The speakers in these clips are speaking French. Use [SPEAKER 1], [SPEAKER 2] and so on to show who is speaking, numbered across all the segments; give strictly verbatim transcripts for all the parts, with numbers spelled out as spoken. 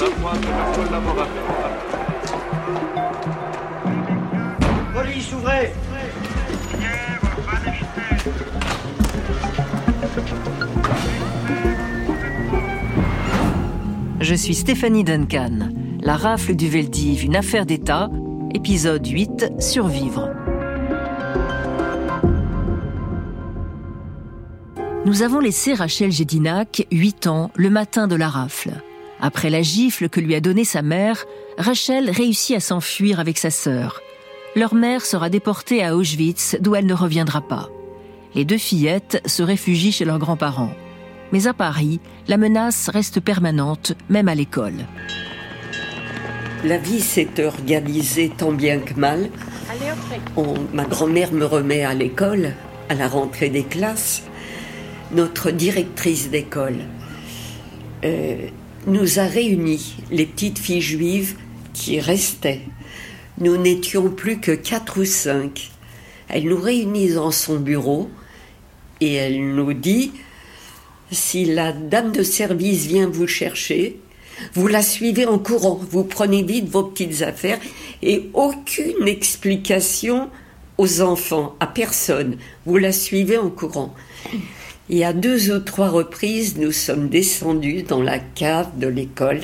[SPEAKER 1] accroître la collaboration.
[SPEAKER 2] Police, ouvrez!
[SPEAKER 3] Je suis Stéphanie Duncan. La rafle du Veldiv, une affaire d'État, épisode huit, survivre. Nous avons laissé Rachel Gédinac, huit ans, le matin de la rafle. Après la gifle que lui a donnée sa mère, Rachel réussit à s'enfuir avec sa sœur. Leur mère sera déportée à Auschwitz, d'où elle ne reviendra pas. Les deux fillettes se réfugient chez leurs grands-parents. Mais à Paris, la menace reste permanente, même à l'école.
[SPEAKER 4] La vie s'est organisée tant bien que mal. On, ma grand-mère me remet à l'école, à la rentrée des classes. Notre directrice d'école euh, nous a réunis, les petites filles juives qui restaient. Nous n'étions plus que quatre ou cinq. Elle nous réunit dans son bureau et elle nous dit « Si la dame de service vient vous chercher, vous la suivez en courant, vous prenez vite vos petites affaires et aucune explication aux enfants, à personne. Vous la suivez en courant. » Et à deux ou trois reprises, nous sommes descendus dans la cave de l'école.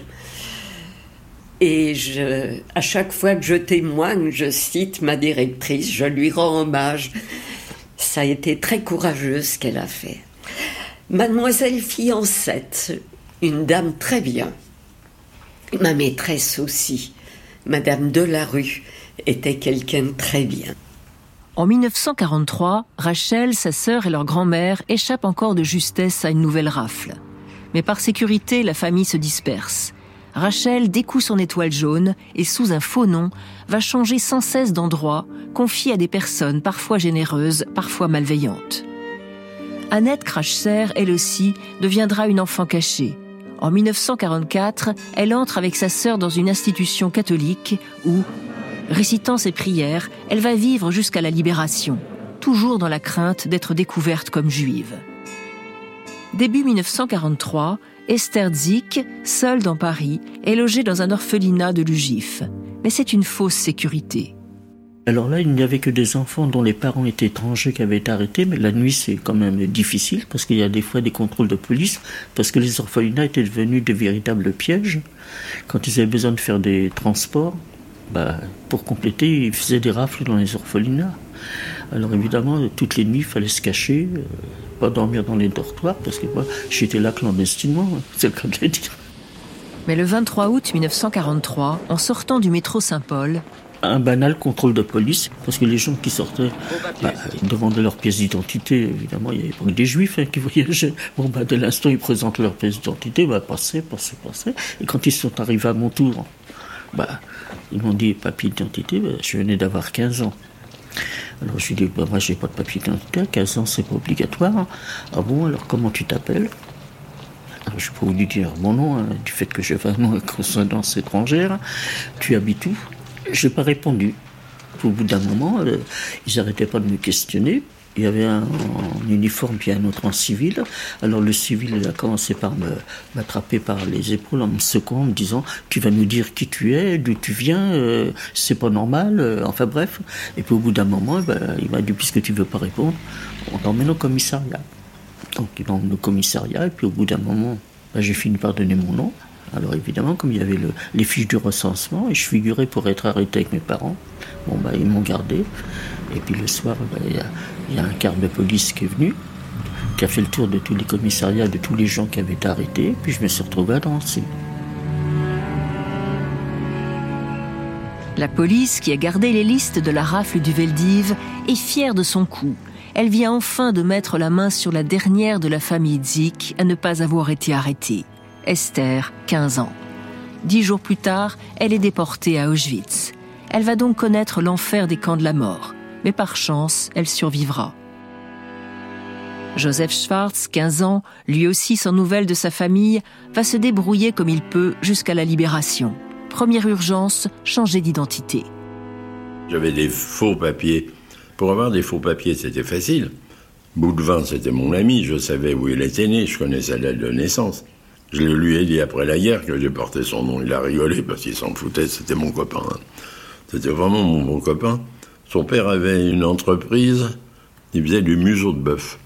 [SPEAKER 4] Et je, à chaque fois que je témoigne, je cite ma directrice, je lui rends hommage. Ça a été très courageux ce qu'elle a fait. Mademoiselle Fiancette, une dame très bien. Ma maîtresse aussi, Madame Delarue, était quelqu'un de très bien.
[SPEAKER 3] En dix-neuf cent quarante-trois, Rachel, sa sœur et leur grand-mère échappent encore de justesse à une nouvelle rafle. Mais par sécurité, la famille se disperse. Rachel découd son étoile jaune et, sous un faux nom, va changer sans cesse d'endroit, confiée à des personnes parfois généreuses, parfois malveillantes. Annette Krachser, elle aussi, deviendra une enfant cachée. En dix-neuf cent quarante-quatre, elle entre avec sa sœur dans une institution catholique où, récitant ses prières, elle va vivre jusqu'à la libération, toujours dans la crainte d'être découverte comme juive. Début dix-neuf cent quarante-trois, Esther Zik, seule dans Paris, est logée dans un orphelinat de l'U G I F. Mais c'est une fausse sécurité.
[SPEAKER 5] Alors là, il n'y avait que des enfants dont les parents étaient étrangers qui avaient été arrêtés, mais la nuit, c'est quand même difficile, parce qu'il y a des fois des contrôles de police, parce que les orphelinats étaient devenus de véritables pièges. Quand ils avaient besoin de faire des transports, bah, pour compléter, ils faisaient des rafles dans les orphelinats. Alors évidemment, toutes les nuits, il fallait se cacher, euh, pas dormir dans les dortoirs, parce que moi, j'étais là clandestinement, c'est le cas de le dire.
[SPEAKER 3] Mais le vingt-trois août dix-neuf cent quarante-trois, en sortant du métro Saint-Paul,
[SPEAKER 5] un banal contrôle de police, parce que les gens qui sortaient bah, demandaient leur pièce d'identité. Évidemment, il n'y avait pas que des juifs hein, qui voyageaient. Bon, bah, dès l'instant, ils présentent leur pièce d'identité, bah, passez, passez, passez. Et quand ils sont arrivés à mon tour, bah, ils m'ont dit papier d'identité, bah, je venais d'avoir quinze ans. Alors je lui ai dit, bah, moi j'ai pas de papier d'identité, à quinze ans c'est pas obligatoire. Ah bon, alors comment tu t'appelles? Alors je peux vous dire mon nom, hein, du fait que j'ai vraiment une consonance étrangère. Tu habites où? Je n'ai pas répondu. Au bout d'un moment, euh, ils n'arrêtaient pas de me questionner. Il y avait un en uniforme puis un autre en civil. Alors le civil il a commencé par me m'attraper par les épaules en me secouant, en me disant « Tu vas nous dire qui tu es, d'où tu viens, euh, c'est pas normal. Euh, » Enfin bref. Et puis au bout d'un moment, ben, il m'a dit « Puisque tu veux pas répondre, on t'emmène au commissariat. » Donc il m'emmène au commissariat et puis au bout d'un moment, ben, j'ai fini par donner mon nom. Alors évidemment, comme il y avait le, les fiches du recensement, et je figurais pour être arrêté avec mes parents, bon bah ils m'ont gardé. Et puis le soir, bah, il, y a, il y a un quart de police qui est venu, qui a fait le tour de tous les commissariats, de tous les gens qui avaient été arrêtés, puis je me suis retrouvé à Drancy.
[SPEAKER 3] La police, qui a gardé les listes de la rafle du Veldiv, est fière de son coup. Elle vient enfin de mettre la main sur la dernière de la famille Zik à ne pas avoir été arrêtée. Esther, quinze ans. Dix jours plus tard, elle est déportée à Auschwitz. Elle va donc connaître l'enfer des camps de la mort. Mais par chance, elle survivra. Joseph Schwartz, quinze ans, lui aussi sans nouvelles de sa famille, va se débrouiller comme il peut jusqu'à la libération. Première urgence, changer d'identité.
[SPEAKER 6] J'avais des faux papiers. Pour avoir des faux papiers, c'était facile. Boudevin, c'était mon ami, je savais où il était né, je connaissais la date de naissance. Je le lui ai dit après la guerre que j'ai porté son nom. Il a rigolé parce qu'il s'en foutait, c'était mon copain. Hein. C'était vraiment mon bon copain. Son père avait une entreprise, il faisait du museau de bœuf.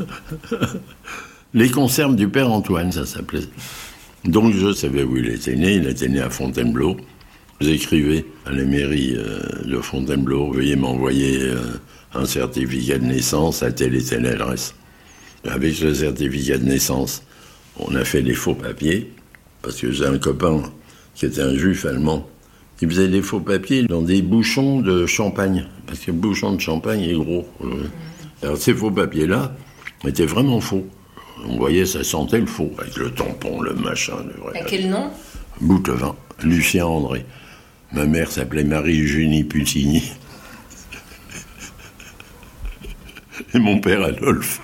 [SPEAKER 6] Les conserves du père Antoine, ça s'appelait. Donc je savais où il était né, il était né à Fontainebleau. J'écrivais à la mairie euh, de Fontainebleau, veuillez m'envoyer euh, un certificat de naissance à telle et telle adresse. Avec ce certificat de naissance, on a fait des faux papiers, parce que j'ai un copain qui était un juif allemand. Il faisait des faux papiers dans des bouchons de champagne, parce que le bouchon de champagne est gros. Alors ces faux papiers-là étaient vraiment faux. On voyait, ça sentait le faux, avec le tampon, le machin. Le vrai.
[SPEAKER 3] À quel nom?
[SPEAKER 6] Boutevin, Lucien André. Ma mère s'appelait Marie-Eugénie Puccini. Et mon père Adolphe.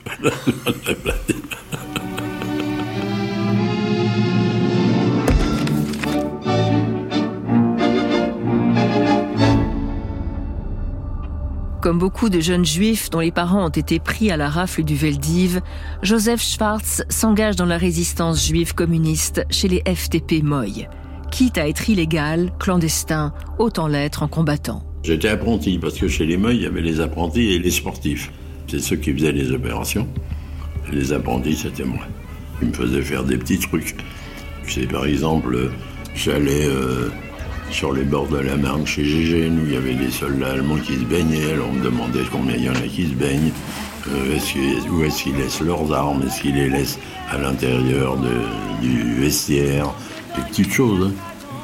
[SPEAKER 3] Comme beaucoup de jeunes juifs dont les parents ont été pris à la rafle du Veldiv, Joseph Schwartz s'engage dans la résistance juive communiste chez les F T P Moy. Quitte à être illégal, clandestin, autant l'être en combattant.
[SPEAKER 6] J'étais apprenti, parce que chez les Moy, il y avait les apprentis et les sportifs. C'est ceux qui faisaient les opérations. Et les apprentis, c'était moi. Ils me faisaient faire des petits trucs. C'est par exemple, j'allais euh, sur les bords de la Marne chez Gégène, où il y avait des soldats allemands qui se baignaient. Alors on me demandait combien il y en a qui se baignent, euh, est-ce que, où est-ce qu'ils laissent leurs armes, est-ce qu'ils les laissent à l'intérieur de, du vestiaire, des petites choses. Hein.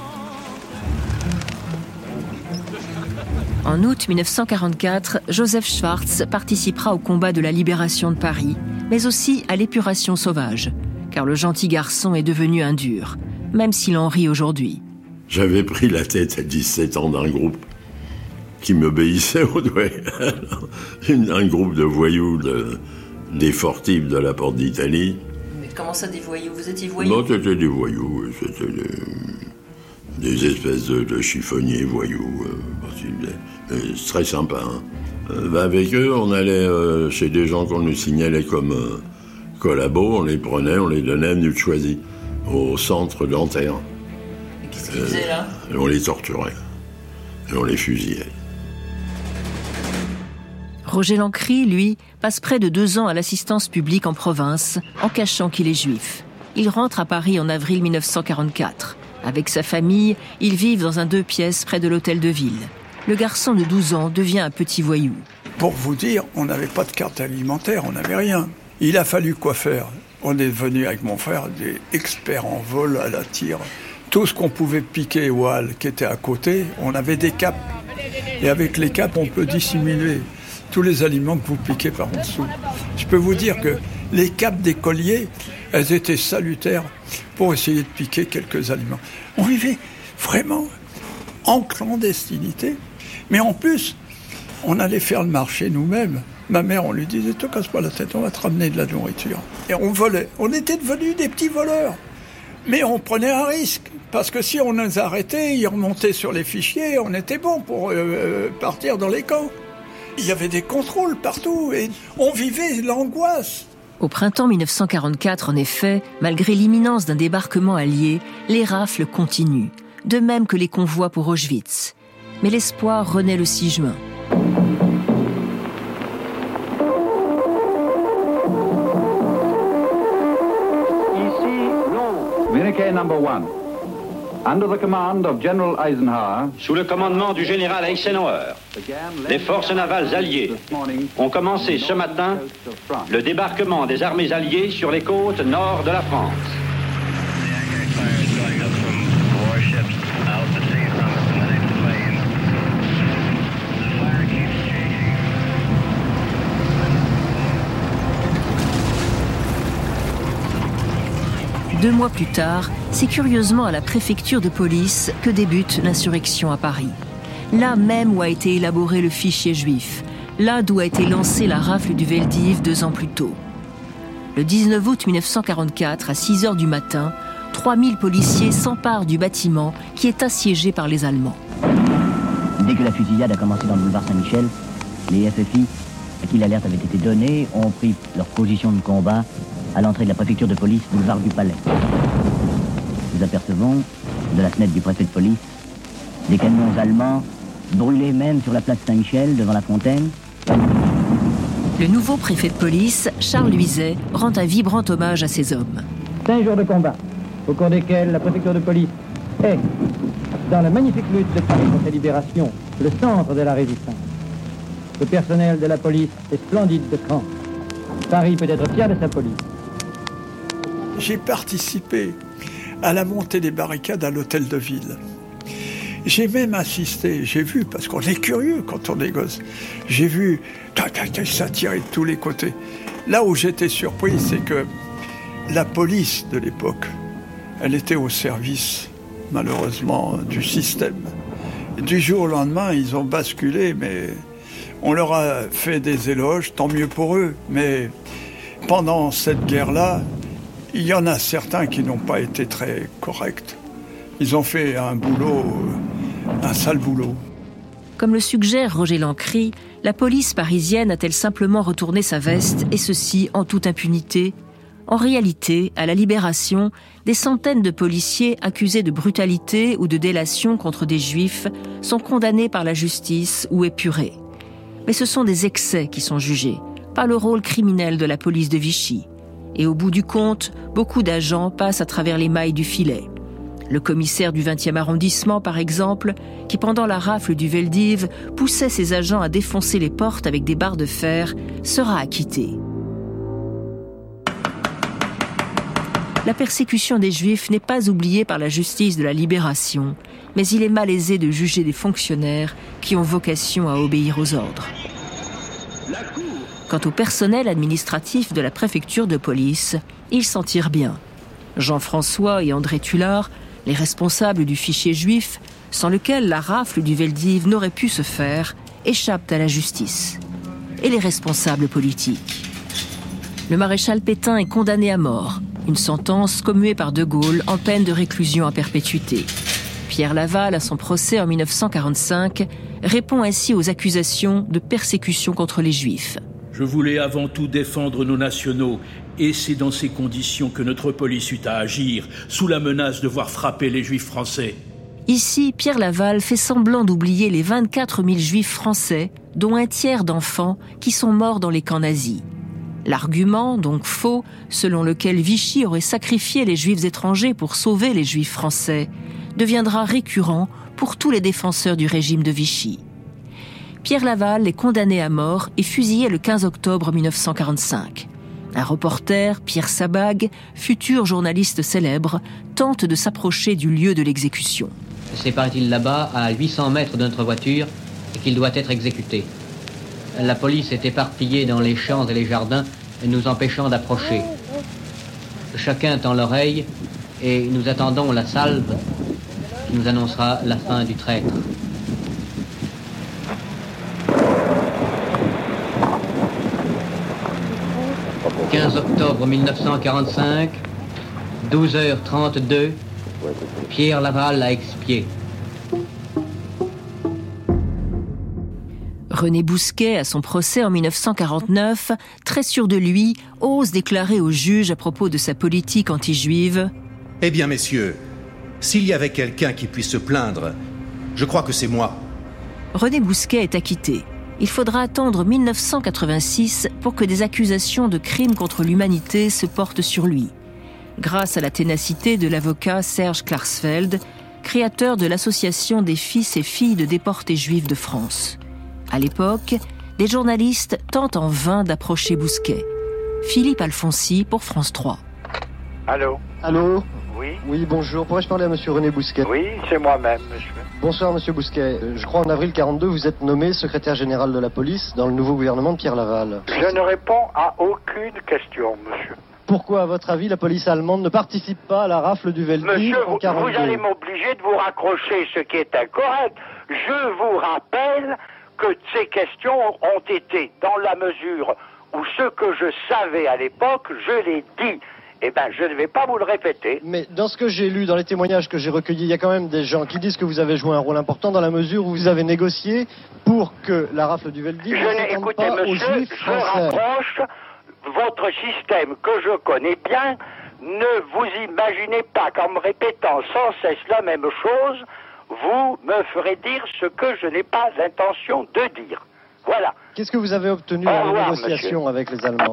[SPEAKER 3] En août mille neuf cent quarante-quatre, Joseph Schwartz participera au combat de la libération de Paris, mais aussi à l'épuration sauvage, car le gentil garçon est devenu un dur, même s'il en rit aujourd'hui.
[SPEAKER 6] J'avais pris la tête à dix-sept ans d'un groupe qui m'obéissait au doigt. Un groupe de voyous, de, des fortifs de la Porte d'Italie.
[SPEAKER 3] Mais comment ça, des voyous? Vous étiez voyous?
[SPEAKER 6] Non, c'était des voyous, c'était des, des espèces de, de chiffonniers voyous. Euh, c'est très sympa. Hein. Euh, ben avec eux, on allait euh, chez des gens qu'on nous signalait comme euh, collabos, on les prenait, on les donnait à nous de choisir, au centre dentaire.
[SPEAKER 3] Et qu'est-ce qu'ils euh, faisaient là?
[SPEAKER 6] Et on les torturait. Et on les fusillait.
[SPEAKER 3] Roger Lancry, lui, passe près de deux ans à l'assistance publique en province, en cachant qu'il est juif. Il rentre à Paris en avril mille neuf cent quarante-quatre. Avec sa famille, ils vivent dans un deux pièces près de l'hôtel de ville. Le garçon de douze ans devient un petit voyou.
[SPEAKER 7] Pour vous dire, on n'avait pas de carte alimentaire, on n'avait rien. Il a fallu quoi faire? On est devenus avec mon frère des experts en vol à la tire. Tout ce qu'on pouvait piquer aux halles qui étaient à côté, on avait des capes. Et avec les capes, on peut dissimuler tous les aliments que vous piquez par en dessous. Je peux vous dire que les capes des colliers, elles étaient salutaires pour essayer de piquer quelques aliments. On vivait vraiment en clandestinité, mais en plus, on allait faire le marché nous-mêmes. Ma mère, on lui disait, te casse pas la tête, on va te ramener de la nourriture. Et on volait. On était devenus des petits voleurs. Mais on prenait un risque, parce que si on nous arrêtait, ils remontaient sur les fichiers, on était bon pour euh, partir dans les camps. Il y avait des contrôles partout, et on vivait l'angoisse.
[SPEAKER 3] Au printemps mille neuf cent quarante-quatre, en effet, malgré l'imminence d'un débarquement allié, les rafles continuent, de même que les convois pour Auschwitz. Mais l'espoir renaît le six juin.
[SPEAKER 1] Communiqué number one. Under the command of General Eisenhower,
[SPEAKER 8] sous le commandement du général Eisenhower, les forces navales alliées ont commencé ce matin le débarquement des armées alliées sur les côtes nord de la France.
[SPEAKER 3] Deux mois plus tard, c'est curieusement à la préfecture de police que débute l'insurrection à Paris. Là même où a été élaboré le fichier juif, là d'où a été lancée la rafle du Veldiv deux ans plus tôt. Le dix-neuf août mille neuf cent quarante-quatre, à six heures du matin, trois mille policiers s'emparent du bâtiment qui est assiégé par les Allemands.
[SPEAKER 9] Dès que la fusillade a commencé dans le boulevard Saint-Michel, les F F I, à qui l'alerte avait été donnée, ont pris leur position de combat à l'entrée de la préfecture de police, boulevard du Palais. nous apercevons, de la fenêtre du préfet de police, des camions allemands brûlés même sur la place Saint-Michel devant la fontaine.
[SPEAKER 3] Le nouveau préfet de police, Charles Luizet, rend un vibrant hommage à ces hommes.
[SPEAKER 10] Cinq jours de combat, au cours desquels la préfecture de police est, dans la magnifique lutte de Paris contre la libération, le centre de la résistance. Le personnel de la police est splendide de cran. Paris peut être fier de sa police.
[SPEAKER 7] J'ai participé à la montée des barricades à l'hôtel de ville. J'ai même assisté, j'ai vu, parce qu'on est curieux quand on est gosse, j'ai vu ça tirer de tous les côtés. Là où j'étais surpris, c'est que la police de l'époque, elle était au service, malheureusement, du système. Et du jour au lendemain, ils ont basculé, mais on leur a fait des éloges, tant mieux pour eux. Mais pendant cette guerre-là, il y en a certains qui n'ont pas été très corrects. Ils ont fait un boulot, un sale boulot.
[SPEAKER 3] Comme le suggère Roger Lancry, la police parisienne a-t-elle simplement retourné sa veste, et ceci en toute impunité ? En réalité, à la Libération, des centaines de policiers accusés de brutalité ou de délation contre des juifs sont condamnés par la justice ou épurés. Mais ce sont des excès qui sont jugés, pas le rôle criminel de la police de Vichy. Et au bout du compte, beaucoup d'agents passent à travers les mailles du filet. Le commissaire du vingtième arrondissement, par exemple, qui pendant la rafle du Veldiv poussait ses agents à défoncer les portes avec des barres de fer, sera acquitté. La persécution des Juifs n'est pas oubliée par la justice de la Libération, mais il est malaisé de juger des fonctionnaires qui ont vocation à obéir aux ordres. Quant au personnel administratif de la préfecture de police, ils s'en tirent bien. Jean-François et André Tullard, les responsables du fichier juif, sans lequel la rafle du Veldiv n'aurait pu se faire, échappent à la justice. Et les responsables politiques. Le maréchal Pétain est condamné à mort, une sentence commuée par De Gaulle en peine de réclusion à perpétuité. Pierre Laval, à son procès en mille neuf cent quarante-cinq, répond ainsi aux accusations de persécution contre les Juifs.
[SPEAKER 11] Je voulais avant tout défendre nos nationaux, et c'est dans ces conditions que notre police eut à agir, sous la menace de voir frapper les Juifs français.
[SPEAKER 3] Ici, Pierre Laval fait semblant d'oublier les vingt-quatre mille Juifs français, dont un tiers d'enfants, qui sont morts dans les camps nazis. L'argument, donc faux, selon lequel Vichy aurait sacrifié les Juifs étrangers pour sauver les Juifs français, deviendra récurrent pour tous les défenseurs du régime de Vichy. Pierre Laval est condamné à mort et fusillé le quinze octobre mille neuf cent quarante-cinq. Un reporter, Pierre Sabag, futur journaliste célèbre, tente de s'approcher du lieu de l'exécution.
[SPEAKER 12] C'est, paraît-il, là-bas, à huit cents mètres de notre voiture, et qu'il doit être exécuté. La police est éparpillée dans les champs et les jardins, nous empêchant d'approcher. Chacun tend l'oreille, et nous attendons la salve qui nous annoncera la fin du traître. quinze octobre mille neuf cent quarante-cinq, douze heures trente-deux, Pierre Laval a expié.
[SPEAKER 3] René Bousquet, à son procès en mille neuf cent quarante-neuf, très sûr de lui, ose déclarer au juge à propos de sa politique anti-juive :
[SPEAKER 13] « Eh bien, messieurs, s'il y avait quelqu'un qui puisse se plaindre, je crois que c'est moi. »
[SPEAKER 3] René Bousquet est acquitté. Il faudra attendre mille neuf cent quatre-vingt-six pour que des accusations de crimes contre l'humanité se portent sur lui. Grâce à la ténacité de l'avocat Serge Klarsfeld, créateur de l'association des fils et filles de déportés juifs de France. À l'époque, des journalistes tentent en vain d'approcher Bousquet. Philippe Alfonsi pour France trois.
[SPEAKER 14] Allô ?
[SPEAKER 15] Allô ?
[SPEAKER 14] Oui ?
[SPEAKER 15] Oui, bonjour. Pourrais-je parler à monsieur René Bousquet ?
[SPEAKER 14] Oui, c'est moi-même, monsieur.
[SPEAKER 15] Bonsoir, monsieur Bousquet. Je crois en avril quarante-deux, vous êtes nommé secrétaire général de la police dans le nouveau gouvernement de Pierre Laval.
[SPEAKER 14] Je ne réponds à aucune question, monsieur.
[SPEAKER 15] Pourquoi, à votre avis, la police allemande ne participe pas à la rafle du Veldiv en quarante-deux ?
[SPEAKER 14] Monsieur, vous allez m'obliger de vous raccrocher, ce qui est incorrect. Je vous rappelle que ces questions ont été dans la mesure où ce que je savais à l'époque, je l'ai dit. Eh bien, je ne vais pas vous le répéter.
[SPEAKER 15] Mais dans ce que j'ai lu, dans les témoignages que j'ai recueillis, il y a quand même des gens qui disent que vous avez joué un rôle important dans la mesure où vous avez négocié pour que la rafle du Veldiv ne s'étende pas aux Juifs français.
[SPEAKER 14] Je rapproche votre système que je connais bien ne vous imaginez pas qu'en me répétant sans cesse la même chose, vous me ferez dire ce que je n'ai pas l'intention de dire. Voilà.
[SPEAKER 15] Qu'est-ce que vous avez obtenu en négociation avec les Allemands ?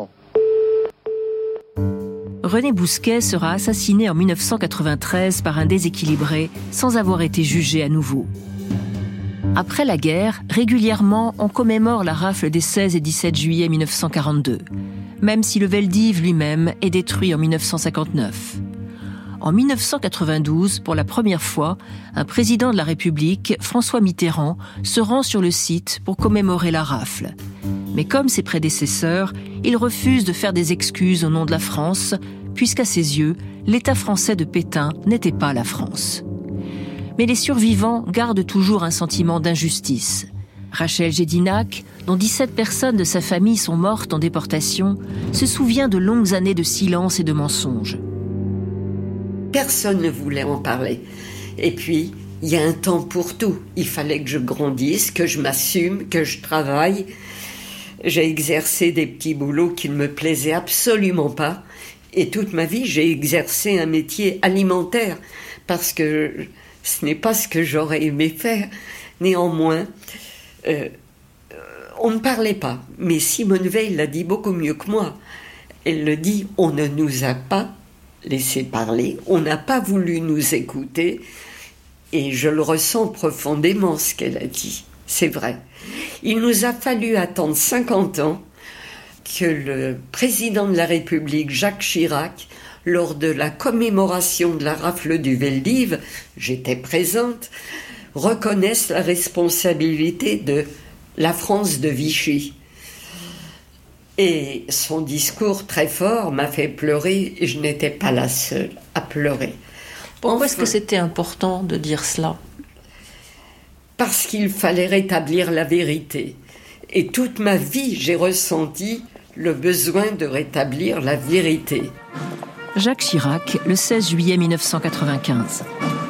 [SPEAKER 3] René Bousquet sera assassiné en dix-neuf cent quatre-vingt-treize par un déséquilibré sans avoir été jugé à nouveau. Après la guerre, régulièrement, on commémore la rafle des seize et dix-sept juillet dix-neuf cent quarante-deux, même si le Veldiv lui-même est détruit en dix-neuf cent cinquante-neuf. En dix-neuf cent quatre-vingt-douze, pour la première fois, un président de la République, François Mitterrand, se rend sur le site pour commémorer la rafle. Mais comme ses prédécesseurs, il refuse de faire des excuses au nom de la France, puisqu'à ses yeux, l'État français de Pétain n'était pas la France. Mais les survivants gardent toujours un sentiment d'injustice. Rachel Gédinac, dont dix-sept personnes de sa famille sont mortes en déportation, se souvient de longues années de silence et de mensonges.
[SPEAKER 4] Personne ne voulait en parler. Et puis, il y a un temps pour tout. Il fallait que je grandisse, que je m'assume, que je travaille. J'ai exercé des petits boulots qui ne me plaisaient absolument pas. Et toute ma vie, j'ai exercé un métier alimentaire, parce que ce n'est pas ce que j'aurais aimé faire. Néanmoins, euh, on ne parlait pas. Mais Simone Veil l'a dit beaucoup mieux que moi. Elle le dit, on ne nous a pas laissé parler, on n'a pas voulu nous écouter, et je le ressens profondément ce qu'elle a dit. C'est vrai. Il nous a fallu attendre cinquante ans que le président de la République, Jacques Chirac, lors de la commémoration de la rafle du Veldiv, j'étais présente, reconnaisse la responsabilité de la France de Vichy. Et son discours très fort m'a fait pleurer, et je n'étais pas la seule à pleurer.
[SPEAKER 3] Pourquoi
[SPEAKER 4] enfin,
[SPEAKER 3] est-ce que c'était important de dire cela ?
[SPEAKER 4] Parce qu'il fallait rétablir la vérité. Et toute ma vie, j'ai ressenti le besoin de rétablir la vérité.
[SPEAKER 3] Jacques Chirac, le seize juillet dix-neuf cent quatre-vingt-quinze.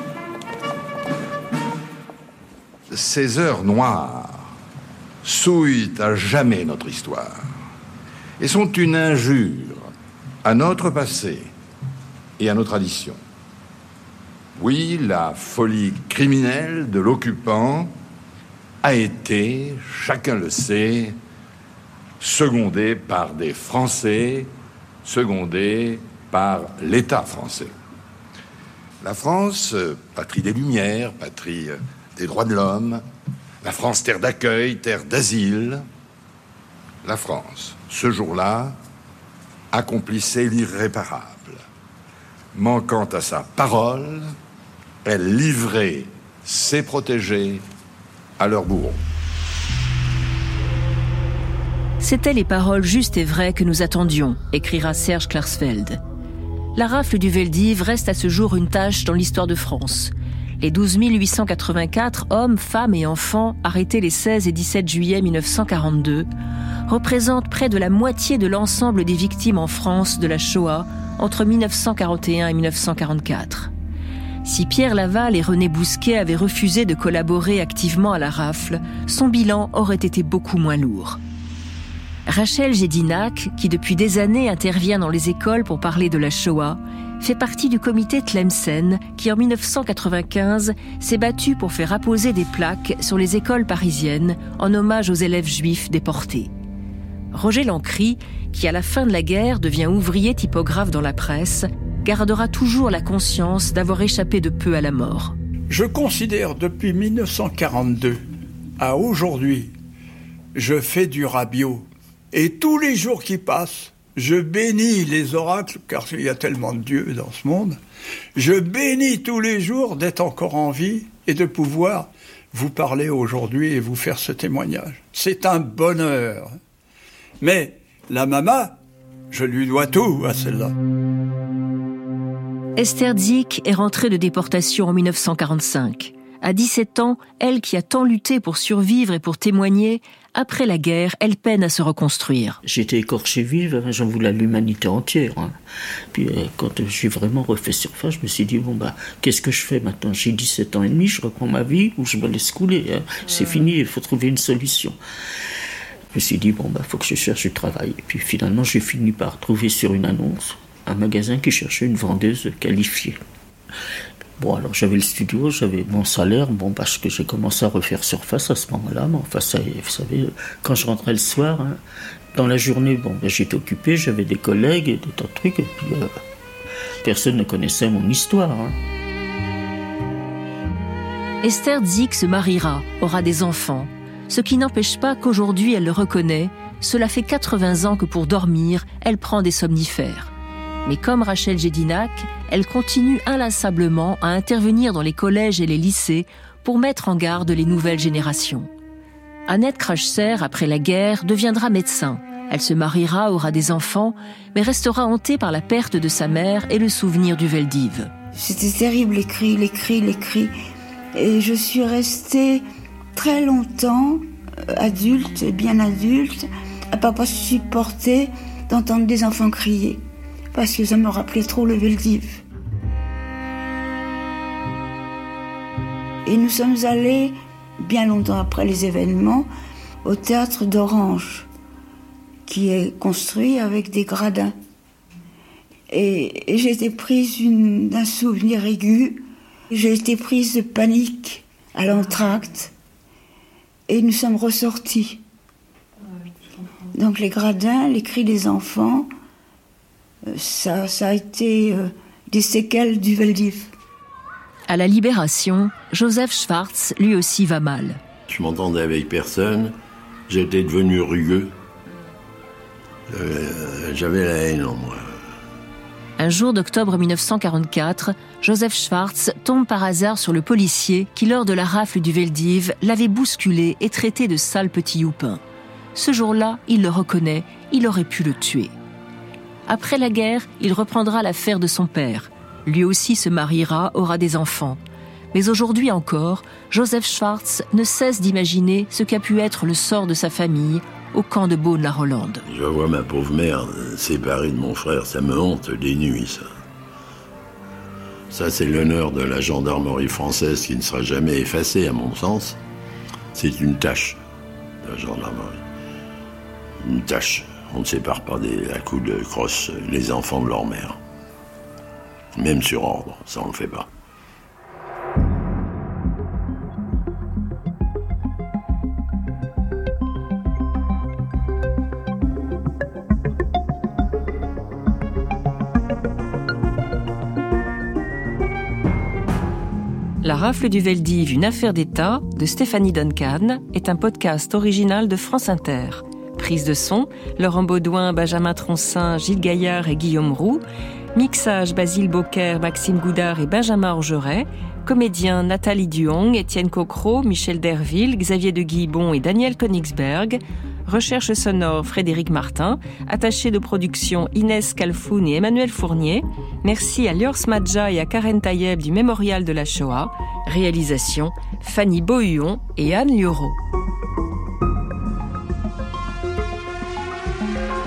[SPEAKER 16] Ces heures noires souillent à jamais notre histoire et sont une injure à notre passé et à nos traditions. Oui, la folie criminelle de l'occupant a été, chacun le sait, secondée par des Français, secondée par l'État français. La France, patrie des Lumières, patrie des droits de l'homme, la France, terre d'accueil, terre d'asile, la France, ce jour-là, accomplissait l'irréparable. Manquant à sa parole, elle livrait ses protégés à leurs bourreaux.
[SPEAKER 3] C'était les paroles justes et vraies que nous attendions, écrira Serge Klarsfeld. La rafle du Veldiv reste à ce jour une tâche dans l'histoire de France. Les douze mille huit cent quatre-vingt-quatre hommes, femmes et enfants arrêtés les seize et dix-sept juillet dix-neuf cent quarante-deux représentent près de la moitié de l'ensemble des victimes en France de la Shoah entre dix-neuf cent quarante et un et dix-neuf cent quarante-quatre. Si Pierre Laval et René Bousquet avaient refusé de collaborer activement à la rafle, son bilan aurait été beaucoup moins lourd. Rachel Gédinac, qui depuis des années intervient dans les écoles pour parler de la Shoah, fait partie du comité Tlemcen qui, en dix-neuf cent quatre-vingt-quinze, s'est battu pour faire apposer des plaques sur les écoles parisiennes en hommage aux élèves juifs déportés. Roger Lancry, qui à la fin de la guerre devient ouvrier typographe dans la presse, gardera toujours la conscience d'avoir échappé de peu à la mort.
[SPEAKER 7] Je considère depuis dix-neuf cent quarante-deux à aujourd'hui, je fais du rabiot. Et tous les jours qui passent, je bénis les oracles, car il y a tellement de dieux dans ce monde. Je bénis tous les jours d'être encore en vie et de pouvoir vous parler aujourd'hui et vous faire ce témoignage. C'est un bonheur. Mais la maman, je lui dois tout à celle-là.
[SPEAKER 3] Esther Dzick est rentrée de déportation en dix-neuf cent quarante-cinq. À dix-sept ans, elle qui a tant lutté pour survivre et pour témoigner, après la guerre, elle peine à se reconstruire.
[SPEAKER 5] J'étais écorché vive, hein, j'en voulais à l'humanité entière. Hein. Puis euh, quand j'ai vraiment refait surface, je me suis dit, bon bah, qu'est-ce que je fais maintenant ? J'ai dix-sept ans et demi, je reprends ma vie ou je me laisse couler. Hein. C'est fini, il faut trouver une solution. Je me suis dit, bon bah, faut que je cherche du travail. Et puis finalement, j'ai fini par trouver sur une annonce un magasin qui cherchait une vendeuse qualifiée. Bon, alors j'avais le studio, j'avais mon salaire, bon, parce que j'ai commencé à refaire surface à ce moment-là, mais enfin, ça, vous savez, quand je rentrais le soir, hein, dans la journée, bon, ben, j'étais occupé, j'avais des collègues et des tas de trucs, et puis euh, personne ne connaissait mon histoire. Hein.
[SPEAKER 3] Esther Zick se mariera, aura des enfants, ce qui n'empêche pas qu'aujourd'hui elle le reconnaît, cela fait quatre-vingts ans que pour dormir, elle prend des somnifères. Mais comme Rachel Gédinac, elle continue inlassablement à intervenir dans les collèges et les lycées pour mettre en garde les nouvelles générations. Annette Krachser, après la guerre, deviendra médecin. Elle se mariera, aura des enfants, mais restera hantée par la perte de sa mère et le souvenir du Veldiv.
[SPEAKER 17] C'était terrible, les cris, les cris, les cris. Et je suis restée très longtemps, adulte, bien adulte, à pas pas supporter d'entendre des enfants crier. Parce que ça me rappelait trop le Veldiv. Et nous sommes allés, bien longtemps après les événements, au théâtre d'Orange, qui est construit avec des gradins. Et, et j'ai été prise une, d'un souvenir aigu. J'ai été prise de panique à l'entracte. Et nous sommes ressortis. Donc les gradins, les cris des enfants, ça, ça a été euh, des séquelles du Veldiv.
[SPEAKER 3] À la Libération, Joseph Schwartz, lui aussi, va mal.
[SPEAKER 6] Je m'entendais avec personne, j'étais devenu rugueux. Euh, j'avais la haine en moi.
[SPEAKER 3] Un jour d'octobre dix-neuf cent quarante-quatre, Joseph Schwartz tombe par hasard sur le policier qui, lors de la rafle du Veldiv, l'avait bousculé et traité de sale petit youpin. Ce jour-là, il le reconnaît, il aurait pu le tuer. Après la guerre, il reprendra l'affaire de son père. Lui aussi se mariera, aura des enfants. Mais aujourd'hui encore, Joseph Schwartz ne cesse d'imaginer ce qu'a pu être le sort de sa famille au camp de Beaune-la-Rolande.
[SPEAKER 6] Je vois ma pauvre mère séparée de mon frère, ça me hante des nuits, ça. Ça, c'est l'honneur de la gendarmerie française qui ne sera jamais effacé, à mon sens. C'est une tâche, la gendarmerie. Une tâche. On ne sépare pas des, à coups de crosse les enfants de leur mère. Même sur ordre, ça on ne le fait pas.
[SPEAKER 3] La rafle du Veldiv, une affaire d'État, de Stéphanie Duncan, est un podcast original de France Inter. Prise de son, Laurent Baudouin, Benjamin Troncin, Gilles Gaillard et Guillaume Roux. Mixage, Basile Beaucaire, Maxime Goudard et Benjamin Orgeret. Comédiens, Nathalie Duong, Étienne Coquereau, Michel Derville, Xavier de Guibon et Daniel Königsberg. Recherche sonore, Frédéric Martin. Attaché de production, Inès Kalfoun et Emmanuel Fournier. Merci à Lior Smadja et à Karen Tayeb du Mémorial de la Shoah. Réalisation, Fanny Beauhuon et Anne Lioro.